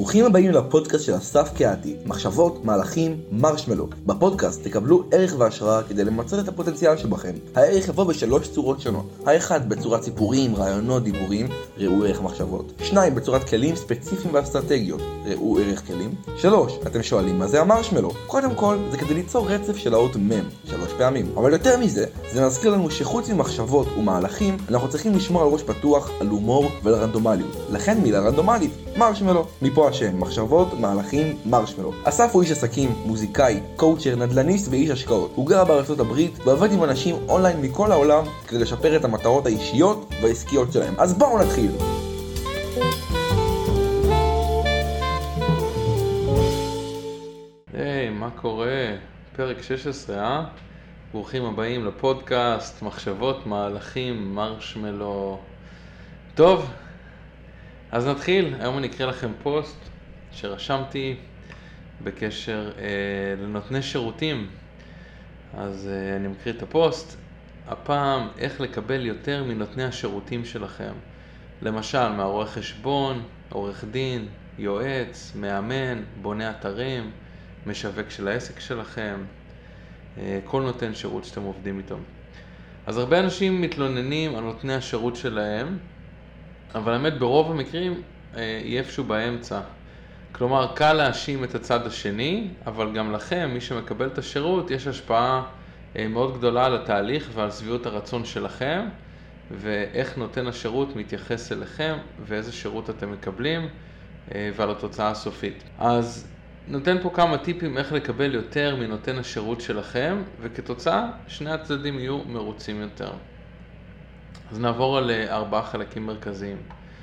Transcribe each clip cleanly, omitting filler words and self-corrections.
ברוכים הבאים לפודקאסט של אסף קהתי, מחשבות, מהלכים, מרשמלו. בפודקאסט תקבלו ערך והשראה כדי למצות את הפוטנציאל שבכם. הערך יבוא בשלוש צורות שונות. האחד בצורת סיפורים, רעיונות, דיבורים, ראו ערך מחשבות. 2 בצורת כלים ספציפיים ואסטרטגיות, ראו ערך כלים. 3 אתם שואלים מה זה המרשמלו? קודם כל זה כדי ליצור רצף של האות מם 3 פעמים. אבל יותר מזה, זה מזכיר לנו שחוץ ממחשבות ומהלכים, אנחנו צריכים לשמור על ראש פתוח, על הומור ועל רנדומליות. לכן מילה רנדומלית, מרשמלו. מפה השם, מחשבות, מהלכים, מרשמלו. אסף הוא איש עסקים, מוזיקאי, קואוצ'ר, נדל"ניסט ואיש השקעות. הוא גר בארצות הברית ועובד עם אנשים אונליין מכל העולם כדי לשפר את המטרות האישיות והעסקיות שלהם. אז בואו נתחיל. היי, מה קורה? פרק 16, ברוכים הבאים לפודקאסט, מחשבות, מהלכים, מרשמלו. טוב, אז נתחיל. היום אני אקריא לכם פוסט שרשמתי בקשר לנותני שירותים. אז אני מקריא את הפוסט. הפעם, איך לקבל יותר מנותני השירותים שלכם. למשל, מהרואה חשבון, עורך דין, יועץ, מאמן, בונה אתרים, משווק של העסק שלכם, כל נותן שירות שאתם עובדים איתו. אז הרבה אנשים מתלוננים על נותני השירות שלהם, אבל האמת ברוב המקרים היא איפשהו באמצע. כלומר, קל להאשים את הצד השני, אבל גם לכם, מי שמקבל את השירות, יש השפעה מאוד גדולה על התהליך ועל שביעות הרצון שלכם, ואיך נותן השירות מתייחס אליכם, ואיזה שירות אתם מקבלים, ועל התוצאה הסופית. אז נותן פה כמה טיפים איך לקבל יותר מנותן השירות שלכם, וכתוצאה שני הצדדים יהיו מרוצים יותר. אז נעבור על 4 חלקים מרכזיים.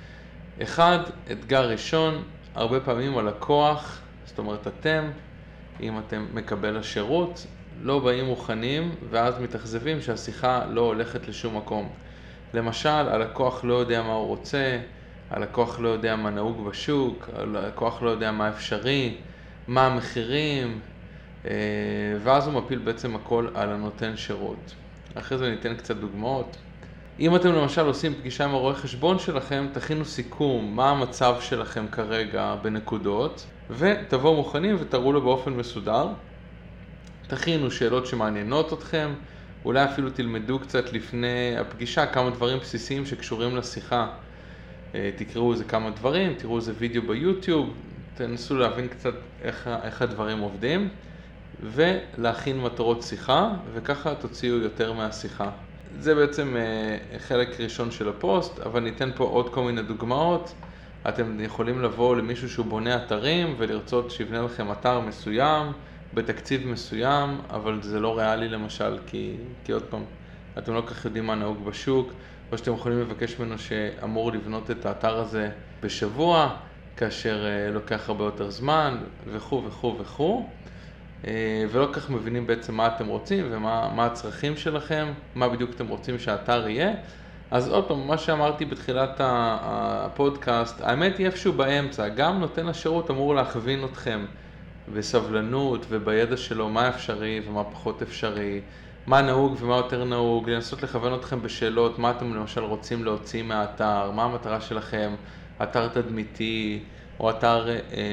1, אתגר ראשון, הרבה פעמים הלקוח, זאת אומרת אתם, אם אתם מקבל השירות, לא באים מוכנים ואז מתאכזבים שהשיחה לא הולכת לשום מקום. למשל, הלקוח לא יודע מה הוא רוצה, הלקוח לא יודע מה נהוג בשוק, הלקוח לא יודע מה אפשרי, מה המחירים, ואז הוא מפיל בעצם הכל על הנותן שירות. אחרי זה ניתן קצת דוגמאות. אם אתם למשל עושים פגישה עם הרואה חשבון שלכם, תכינו סיכום מה המצב שלכם כרגע בנקודות, ותבואו מוכנים ותראו לו באופן מסודר. תכינו שאלות שמעניינות אתכם, אולי אפילו תלמדו קצת לפני הפגישה כמה דברים בסיסיים שקשורים לשיחה. תקראו איזה כמה דברים, תראו איזה וידאו ביוטיוב, תנסו להבין קצת איך הדברים עובדים, ולהכין מטרות שיחה, וככה תוציאו יותר מהשיחה. זה בעצם חלק ראשון של הפוסט, אבל ניתן פה עוד כל מיני דוגמאות. אתם יכולים לבוא למישהו שהוא בונה אתרים, ולרצות שיבנה לכם אתר מסוים, בתקציב מסוים, אבל זה לא ריאלי למשל, כי עוד פעם, אתם לא כך יודעים מה נהוג בשוק, או שאתם יכולים לבקש ממנו שאמור לבנות את האתר הזה בשבוע, כאשר לוקח הרבה יותר זמן, וכו' וכו' וכו'. ולא כך מבינים בעצם מה אתם רוצים ומה הצרכים שלכם, מה בדיוק אתם רוצים שהאתר יהיה. אז עוד פעם, מה שאמרתי בתחילת הפודקאסט, האמת היא איפשהו באמצע. גם נותן השירות אמור להכווין אתכם בסבלנות ובידע שלו מה אפשרי ומה פחות אפשרי, מה נהוג ומה יותר נהוג, לנסות לכוון אתכם בשאלות, מה אתם למשל רוצים להוציא מהאתר, מה המטרה שלכם, אתר תדמיתי או אתר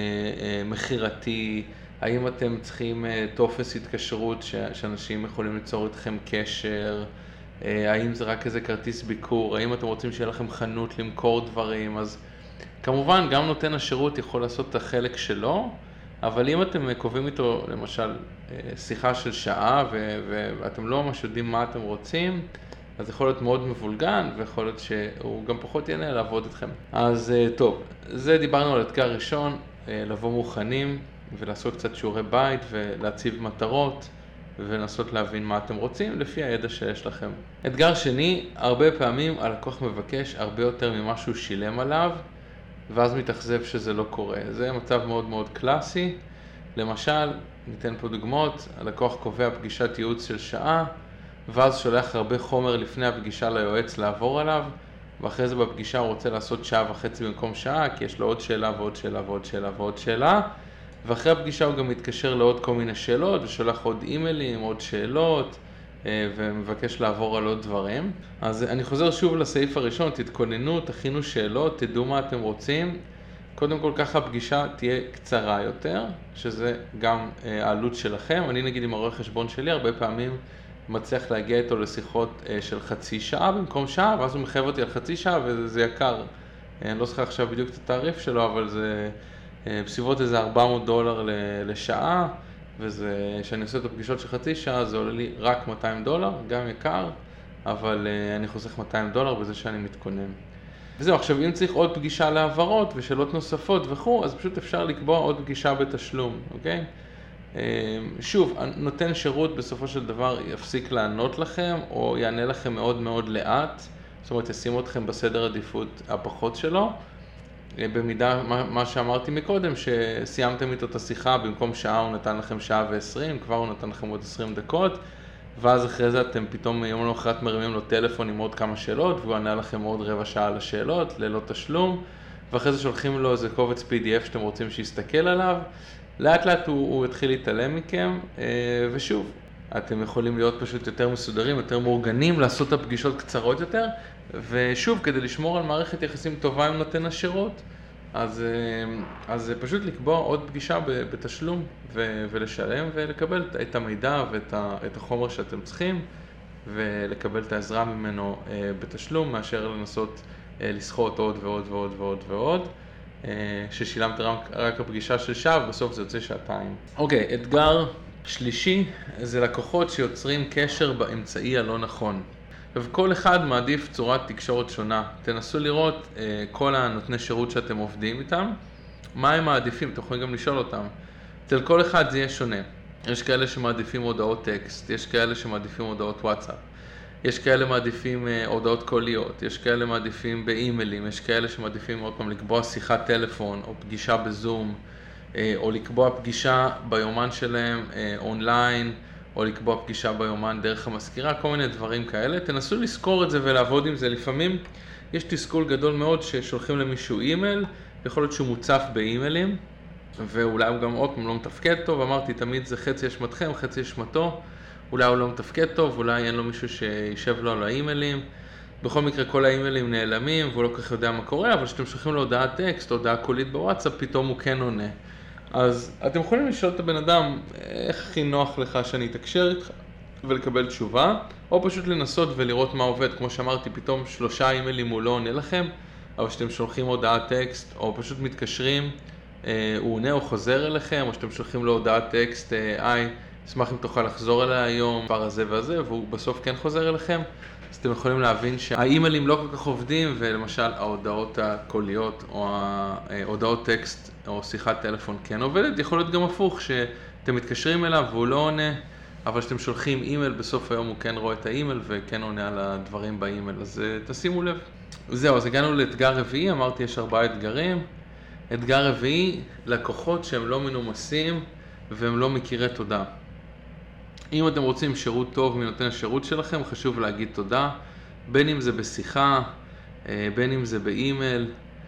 מחירתי, האם אתם צריכים טופס התקשרות שאנשים יכולים ליצור איתכם קשר, האם זה רק איזה כרטיס ביקור, האם אתם רוצים שיהיה לכם חנות למכור דברים. אז כמובן גם נותן השירות יכול לעשות את החלק שלו, אבל אם אתם קובעים איתו למשל שיחה של שעה ואתם לא ממש יודעים מה אתם רוצים, אז יכול להיות מאוד מבולגן, ויכול להיות שהוא גם פחות יענה לעבוד איתכם. אז טוב, זה דיברנו על אתגר ראשון, לבוא מוכנים ולעשות קצת שיעורי בית ולהציב מטרות ולנסות להבין מה אתם רוצים לפי הידע שיש לכם. אתגר שני, הרבה פעמים הלקוח מבקש הרבה יותר ממה שהוא שילם עליו, ואז מתאכזב שזה לא קורה. זה מצב מאוד מאוד קלאסי. למשל, ניתן פה דוגמאות, הלקוח קובע פגישת ייעוץ של שעה, ואז שולח הרבה חומר לפני הפגישה ליועץ לעבור עליו, ואחרי זה בפגישה הוא רוצה לעשות 1.5 שעה במקום שעה, כי יש לו עוד שאלה ועוד שאלה ועוד שאלה ועוד שאלה, ואחרי הפגישה הוא גם מתקשר לעוד כל מיני שאלות, ושולח עוד אימיילים, עוד שאלות, ומבקש לעבור על עוד דברים. אז אני חוזר שוב לסעיף הראשון, תתכוננו, תכינו שאלות, תדעו מה אתם רוצים, קודם כל ככה הפגישה תהיה קצרה יותר, שזה גם העלות שלכם. אני נגיד עם הרואה חשבון שלי, הרבה פעמים מצליח להגיע איתו לשיחות של חצי שעה במקום שעה, ואז הוא מחייב אותי על חצי שעה וזה יקר. אני לא זוכר עכשיו בדיוק את התעריף שלו, אבל זה בסביבות איזה $400 לשעה, וזה, שאני עושה את הפגישות של חצי שעה, זה עולה לי רק $200, גם יקר, אבל אני חוסך $200 בזה שאני מתכונן. וזהו, עכשיו אם צריך עוד פגישה להעברות ושאלות נוספות וכו', אז פשוט אפשר לקבוע עוד פגישה בתשלום, אוקיי? שוב, נותן שירות בסופו של דבר יפסיק לענות לכם, או יענה לכם מאוד מאוד לאט, זאת אומרת, ישים אתכם בסדר עדיפות הפחות שלו, במידה, מה שאמרתי מקודם, שסיימתם איתו את השיחה, במקום שעה הוא נתן לכם שעה ו20, כבר הוא נתן לכם עוד 20 דקות, ואז אחרי זה אתם פתאום יום למחרת מרימים לו טלפון עם עוד כמה שאלות, והוא ענה לכם עוד רבע שעה על השאלות, ללא תשלום, ואחרי זה שולחים לו איזה קובץ PDF שאתם רוצים שיסתכל עליו, לאט לאט הוא יתחיל להתעלם מכם, ושוב, אתם יכולים להיות פשוט יותר מסודרים, יותר מאורגנים, לעשות את הפגישות קצרות יותר, ושוב, כדי לשמור על מערכת יחסים טובה עם נותן השירות, אז פשוט לקבוע עוד פגישה בתשלום ולשלם ולקבל את המידע ואת החומר שאתם צריכים ולקבל את העזרה ממנו בתשלום, מאשר לנסות לסחוט עוד ועוד ועוד ועוד ועוד, ששילמת רק הפגישה של שעה ובסוף זה יוצא שעתיים. אוקיי, אתגר שלישי זה לקוחות שיוצרים קשר באמצעי הלא נכון. וכל אחד מעדיף צורת תקשורת שונה. תנסו לראות כל הנותני שירות שאתם עובדים איתם, מה הם מעדיפים, אתם יכולים גם לשאול אותם. אצל כל אחד זה יהיה שונה. יש כאלה שמעדיפים הודעות טקסט, יש כאלה שמעדיפים הודעות וואטסאפ, יש כאלה מעדיפים הודעות קוליות, יש כאלה מעדיפים באימיילים, יש כאלה שמעדיפים עוד פעם לקבוע שיחת טלפון או פגישה בזום, או לקבוע פגישה ביומן שלהם אונליין, או לקבוע פגישה ביומן דרך המזכירה, כל מיני דברים כאלה. תנסו לזכור את זה ולעבוד עם זה. לפעמים יש תסכול גדול מאוד ששולחים למישהו אימייל, יכול להיות שהוא מוצף באימיילים, ואולי הוא גם עוד פעם לא מתפקד טוב, אמרתי תמיד זה חצי אשמתכם, חצי אשמתו, אולי הוא לא מתפקד טוב, אולי אין לו מישהו שישב לו על האימיילים, בכל מקרה כל האימיילים נעלמים, והוא לא כל כך יודע מה קורה, אבל כשאתם שולחים לו הודעת טקסט, הודעה קולית בוואטסאפ, פתאום הוא כן עונה. אז אתם יכולים לשאול את הבן אדם, איך הכי נוח לך שאני אתקשר איתך ולקבל תשובה, או פשוט לנסות ולראות מה עובד. כמו שאמרתי, פתאום 3 אימיילים הוא לא עונה לכם, אבל שאתם שולחים הודעת טקסט, או פשוט מתקשרים, הוא עונה או חוזר אליכם, או שאתם שולחים לו הודעת טקסט, אשמח אם תוכל לחזור אליי היום, פער הזה והזה, והוא בסוף כן חוזר אליכם. אז אתם יכולים להבין שהאימיילים לא כל כך עובדים, ולמשל ההודעות הקוליות או ההודעות טקסט או שיחת טלפון כן עובדת. יכול להיות גם הפוך, שאתם מתקשרים אליו והוא לא עונה, אבל שאתם שולחים אימייל, בסוף היום הוא כן רואה את האימייל וכן עונה על הדברים באימייל, אז תשימו לב. זהו, אז הגענו לאתגר רביעי, אמרתי יש 4 אתגרים. אתגר רביעי, לקוחות שהם לא מנומסים והם לא מכירי תודה. אם אתם רוצים שירות טוב מנותן השירות שלכם, חשוב להגיד תודה, בין אם זה בשיחה, בין אם זה באימייל.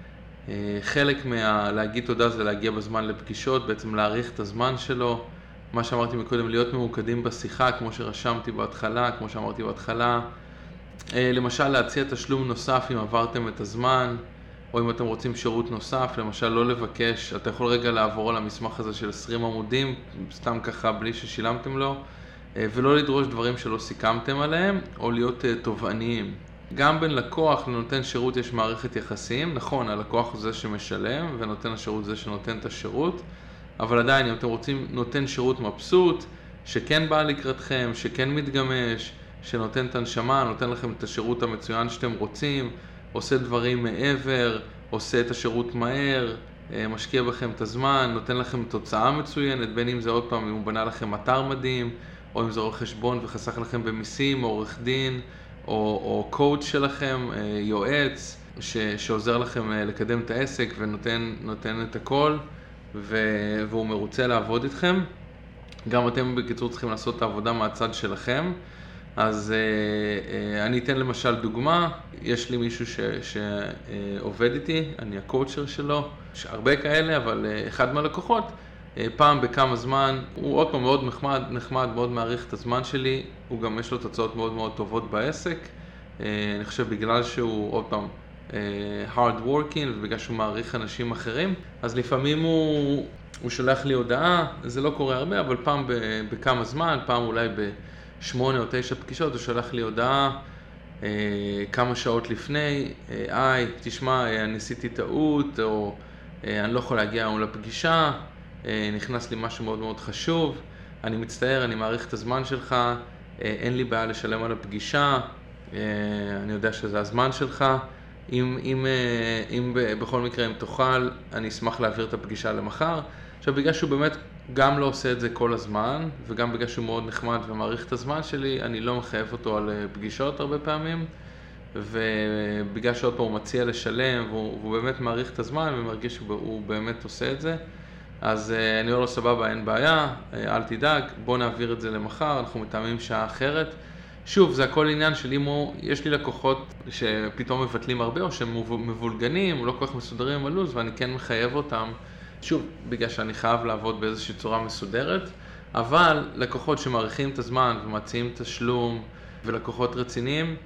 חלק להגיד תודה זה להגיע בזמן לפגישות, בעצם להאריך את הזמן שלו. מה שאמרתי מקודם, להיות ממוקדים בשיחה, כמו שרשמתי בהתחלה, כמו שאמרתי בהתחלה. למשל, להציע תשלום נוסף אם עברתם את הזמן, או אם אתם רוצים שירות נוסף, למשל לא לבקש, אתה יכול רגע לעבור על המסמך הזה של 20 עמודים, סתם ככה בלי ששילמתם לו, ולא לדרוש דברים שלא סיכמתם עליהם, או להיות תובעניים. גם בין לקוח לנותן שירות יש מערכת יחסים, נכון, הלקוח הוא זה שמשלם, ונותן השירות זה שנותן את השירות, אבל עדיין, אם אתם רוצים נותן שירות מבסוט, שכן בא לקראתכם, שכן מתגמש, שנותן את הנשמה, נותן לכם את השירות המצוין שאתם רוצים, עושה דברים מעבר, עושה את השירות מהר, משקיע בכם את הזמן, נותן לכם תוצאה מצוינת, בין אם זה עוד פעם, אם הוא בנה לכם אתר מדהים, או אם זה עורך חשבון וחסך לכם במיסים, או עורך דין, או קואוץ' שלכם, יועץ, שעוזר לכם לקדם את העסק ונותן את הכל, והוא מרוצה לעבוד איתכם. גם אתם בקיצור צריכים לעשות את העבודה מהצד שלכם. אז אני אתן למשל דוגמה, יש לי מישהו שעובד איתי, אני הקואוצ'ר שלו, יש הרבה כאלה, אבל אחד מהלקוחות, פעם בכמה זמן, הוא עוד פעם מאוד נחמד, מאוד מעריך את הזמן שלי, הוא גם יש לו תוצאות מאוד מאוד טובות בעסק, אני חושב בגלל שהוא עוד פעם hard working, ובגלל שהוא מעריך אנשים אחרים, אז לפעמים הוא שולח לי הודעה, זה לא קורה הרבה, אבל פעם בכמה זמן, פעם אולי ב8 או 9 פגישות, הוא שולח לי הודעה כמה שעות לפני, תשמע, אני עשיתי טעות, או אני לא יכול להגיע היום לפגישה, נכנס לי משהו מאוד מאוד חשוב, אני מצטער, אני מעריך את הזמן שלך, אין לי בעיה לשלם על הפגישה, אני יודע שזה הזמן שלך, אם בכל מקרה אם תוכל, אני אשמח להעביר את הפגישה למחר. עכשיו, בגלל שהוא באמת גם לא עושה את זה כל הזמן, וגם בגלל שהוא מאוד נחמד ומעריך את הזמן שלי, אני לא מחייב אותו על פגישות הרבה פעמים, ובגלל שעוד פעם הוא מציע לשלם, והוא באמת מעריך את הזמן ומרגיש שהוא באמת עושה את זה, אז אני אומר לו סבבה, אין בעיה, אל תדאג, בוא נעביר את זה למחר, אנחנו מתאמים שעה אחרת. שוב, זה הכל עניין של אם יש לי לקוחות שפתאום מבטלים הרבה, או שהם מבולגנים, או לא כל כך מסודרים בלוז, ואני כן מחייב אותם, שוב, בגלל שאני חייב לעבוד באיזושהי צורה מסודרת, אבל לקוחות שמעריכים את הזמן ומציעים תשלום, ולקוחות רציניים,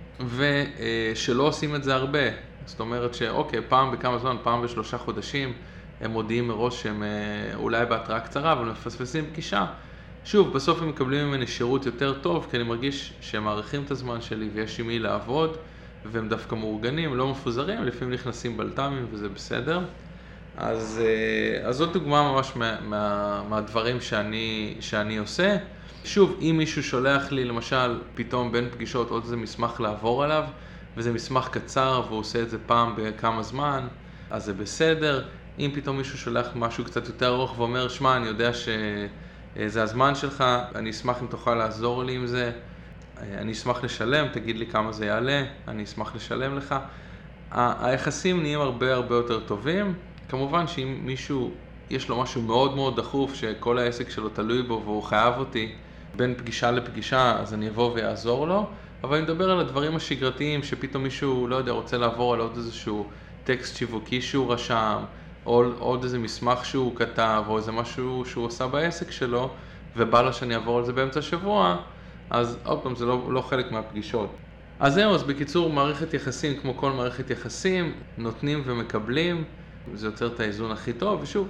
ושלא עושים את זה הרבה. זאת אומרת שאוקיי, פעם בכמה זמן, פעם ב3 חודשים, הם מודיעים מראש שהם אולי בהתראה קצרה, אבל מפספסים פגישה. שוב, בסוף הם מקבלים ממני שירות יותר טוב, כי אני מרגיש שהם מעריכים את הזמן שלי ויש עם מי לעבוד, והם דווקא מאורגנים, לא מפוזרים, לפעמים נכנסים בלת"מים וזה בסדר. אז זאת דוגמה ממש מהדברים שאני עושה. שוב, אם מישהו שולח לי למשל פתאום בין פגישות עוד איזה מסמך לעבור עליו, וזה מסמך קצר והוא עושה את זה פעם בכמה זמן, אז זה בסדר. אם פתאום מישהו שולח משהו קצת יותר ארוך ואומר, שמע, אני יודע שזה הזמן שלך, אני אשמח אם תוכל לעזור לי עם זה, אני אשמח לשלם, תגיד לי כמה זה יעלה, אני אשמח לשלם לך. היחסים נהיים הרבה הרבה יותר טובים. כמובן שאם מישהו, יש לו משהו מאוד מאוד דחוף, שכל העסק שלו תלוי בו והוא חייב אותי בין פגישה לפגישה, אז אני אבוא ויעזור לו. אבל אני מדבר על הדברים השגרתיים, שפתאום מישהו, לא יודע, רוצה לעבור על עוד איזשהו טקסט שיווקי שהוא רשם, או עוד איזה מסמך שהוא כתב, או איזה משהו שהוא עשה בעסק שלו, ובא לו שאני אעבור על זה באמצע השבוע, אז עוד פעם, זה לא חלק מהפגישות. אז זהו, אז בקיצור, מערכת יחסים, כמו כל מערכת יחסים, נותנים ומקבלים, זה יוצר את האיזון הכי טוב, ושוב,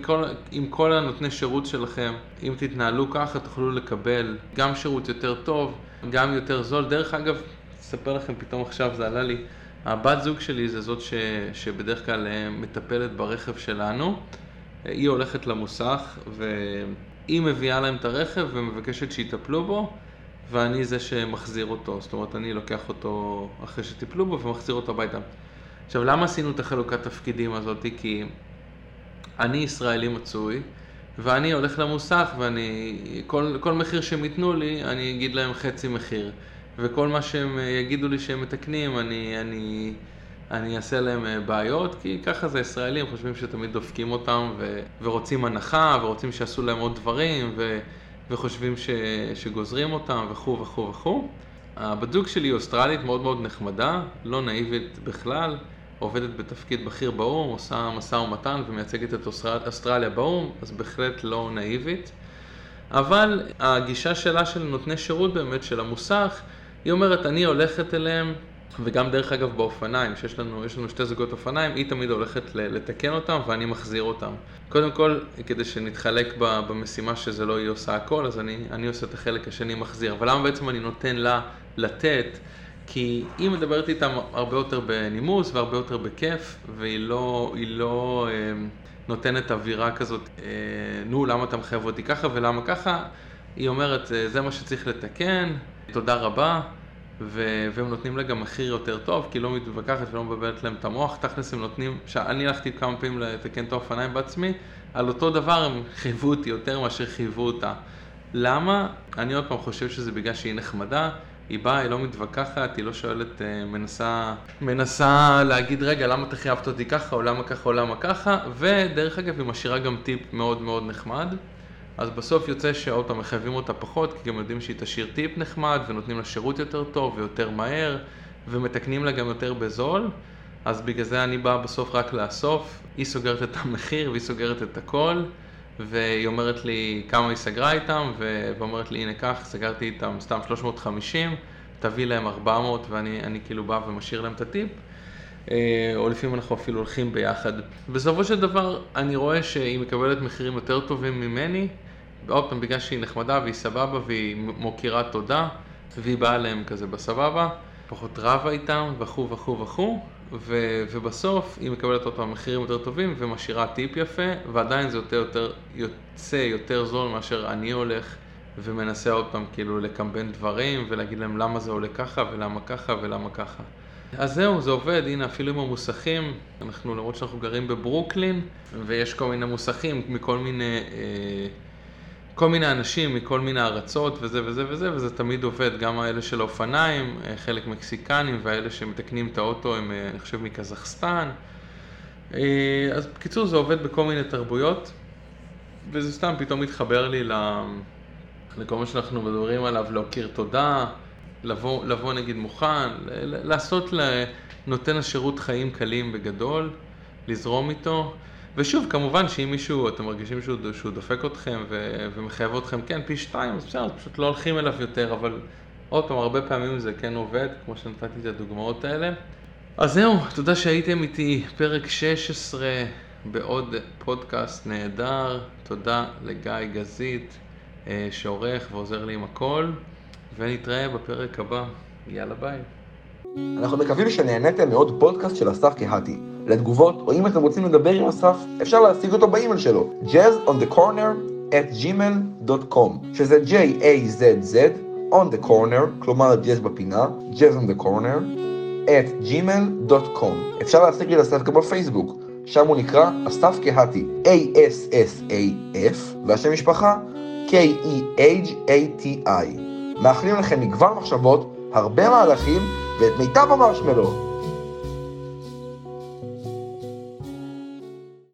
עם כל הנותני שירות שלכם, אם תתנהלו ככה, תוכלו לקבל גם שירות יותר טוב, גם יותר זול. דרך אגב, אספר לכם, פתאום עכשיו זה עלה לי, הבת זוג שלי זה זאת שבדרך כלל מטפלת ברכב שלנו, היא הולכת למוסך, והיא מביאה להם את הרכב ומבקשת שיטפלו בו, ואני זה שמחזיר אותו, זאת אומרת, אני לוקח אותו אחרי שטיפלו בו ומחזיר אותו הביתה. עכשיו, למה עשינו את החלוקת תפקידים הזאת? כי אני ישראלי מצוי, ואני הולך למוסך, ואני, כל מחיר שהם ייתנו לי, אני אגיד להם חצי מחיר. וכל מה שהם יגידו לי שהם מתקנים, אני אעשה להם בעיות, כי ככה זה ישראלים, חושבים שתמיד דופקים אותם, ורוצים הנחה, ורוצים שיעשו להם עוד דברים, וחושבים שגוזרים אותם, וכו' וכו' וכו'. הבת זוג שלי היא אוסטרלית מאוד מאוד נחמדה, לא נאיבית בכלל, עובדת בתפקיד בכיר באום, עושה משא ומתן ומייצגת את אוסטרליה באום, אז בהחלט לא נאיבית. אבל הגישה שלה של נותני שירות באמת של המוסך, היא אומרת, אני הולכת אליהם, וגם דרך אגב באופניים, שיש לנו 2 זוגות אופניים, היא תמיד הולכת לתקן אותם ואני מחזיר אותם. קודם כל, כדי שנתחלק במשימה שזה לא היא עושה הכל, אז אני עושה את החלק השני מחזיר. אבל למה בעצם אני נותן לה לתת? כי היא מדברת איתם הרבה יותר בנימוס והרבה יותר בכיף, והיא לא נותנת אווירה כזאת, נו, למה אתה מחייב אותי ככה ולמה ככה? היא אומרת, זה מה שצריך לתקן, תודה רבה, והם נותנים לה גם מחיר יותר טוב, כי לא מתווכחת ולא מבלבלת להם את המוח. תכלס הם נותנים, שאני הלכתי כמה פעמים לתקן את האופניים בעצמי, על אותו דבר הם חייבו אותי יותר מאשר חייבו אותה. למה? אני עוד פעם חושב שזה בגלל שהיא נחמדה, היא באה, היא לא מתווכחת, היא לא שואלת, מנסה להגיד, רגע, למה אתה חייבת אותי ככה, או למה ככה, או למה ככה, ודרך אגב, היא משאירה גם טיפ מאוד מאוד נחמד. אז בסוף יוצא שעוד פעם מחייבים אותה פחות, כי גם יודעים שהיא תשאיר טיפ נחמד, ונותנים לה שירות יותר טוב ויותר מהר, ומתקנים לה גם יותר בזול. אז בגלל זה אני באה בסוף רק לאסוף, היא סוגרת את המחיר והיא סוגרת את הכל, והיא אומרת לי כמה היא סגרה איתם, ואומרת לי, הנה כך, סגרתי איתם סתם 350, תביא להם 400, ואני כאילו בא ומשאיר להם את הטיפ. או לפעמים אנחנו אפילו הולכים ביחד. בסופו של דבר אני רואה שהיא מקבלת מחירים יותר טובים ממני, עוד פעם בגלל שהיא נחמדה והיא סבבה והיא מוקירה תודה, והיא באה להם כזה בסבבה, פחות רבה איתם וכו' וכו' וכו', ובסוף היא מקבלת עוד פעם מחירים יותר טובים ומשאירה טיפ יפה, ועדיין זה יוצא יותר זול מאשר אני הולך ומנסה עוד פעם כאילו לקמבן דברים ולהגיד להם למה זה עולה ככה ולמה ככה ולמה ככה. אז זהו, זה עובד, הנה אפילו עם המוסכים, אנחנו למרות שאנחנו גרים בברוקלין, ויש כל מיני מוסכים מכל מיני אנשים, מכל מיני ארצות וזה וזה וזה, וזה תמיד עובד, גם האלה של האופניים, חלק מקסיקנים, והאלה שמתקנים את האוטו הם, אני חושב, מקזחסטן. אז בקיצור זה עובד בכל מיני תרבויות, וזה סתם פתאום מתחבר לי לכל מה שאנחנו מדברים עליו, להוקיר תודה, לבוא נגיד מוכן, לעשות לנותן השירות חיים קלים בגדול, לזרום איתו. ושוב, כמובן שאם מישהו, אתם מרגישים שהוא דופק אתכם ומחייב אתכם, כן, פי 2, אז בסדר, פשוט לא הולכים אליו יותר, אבל עוד פעם, הרבה פעמים זה כן עובד, כמו שנתתי את הדוגמאות האלה. אז זהו, תודה שהייתם איתי, פרק 16 בעוד פודקאסט נהדר, תודה לגיא גזית שעורך ועוזר לי עם הכל, ונתראה בפרק הבא, יאללה ביי. אנחנו מקווים שנהניתם מעוד פודקאסט של אסף קהתי. לתגובות, או אם אתם רוצים לדבר עם אסף, אפשר להשיג אותו באימייל שלו, jazzonthecorner@gmail.com, שזה J-A-Z-Z, on the corner, כלומר jazz בפינה, jazzonthecorner@gmail.com. אפשר להשיג לי אסף גם בפייסבוק, שם הוא נקרא אסף קהתי, A-S-S-A-F, והשם משפחה, K-E-H-A-T-I. מאחלים לכם מגוון מחשבות, הרבה מהלכים, ואת מיטב המרשמלו.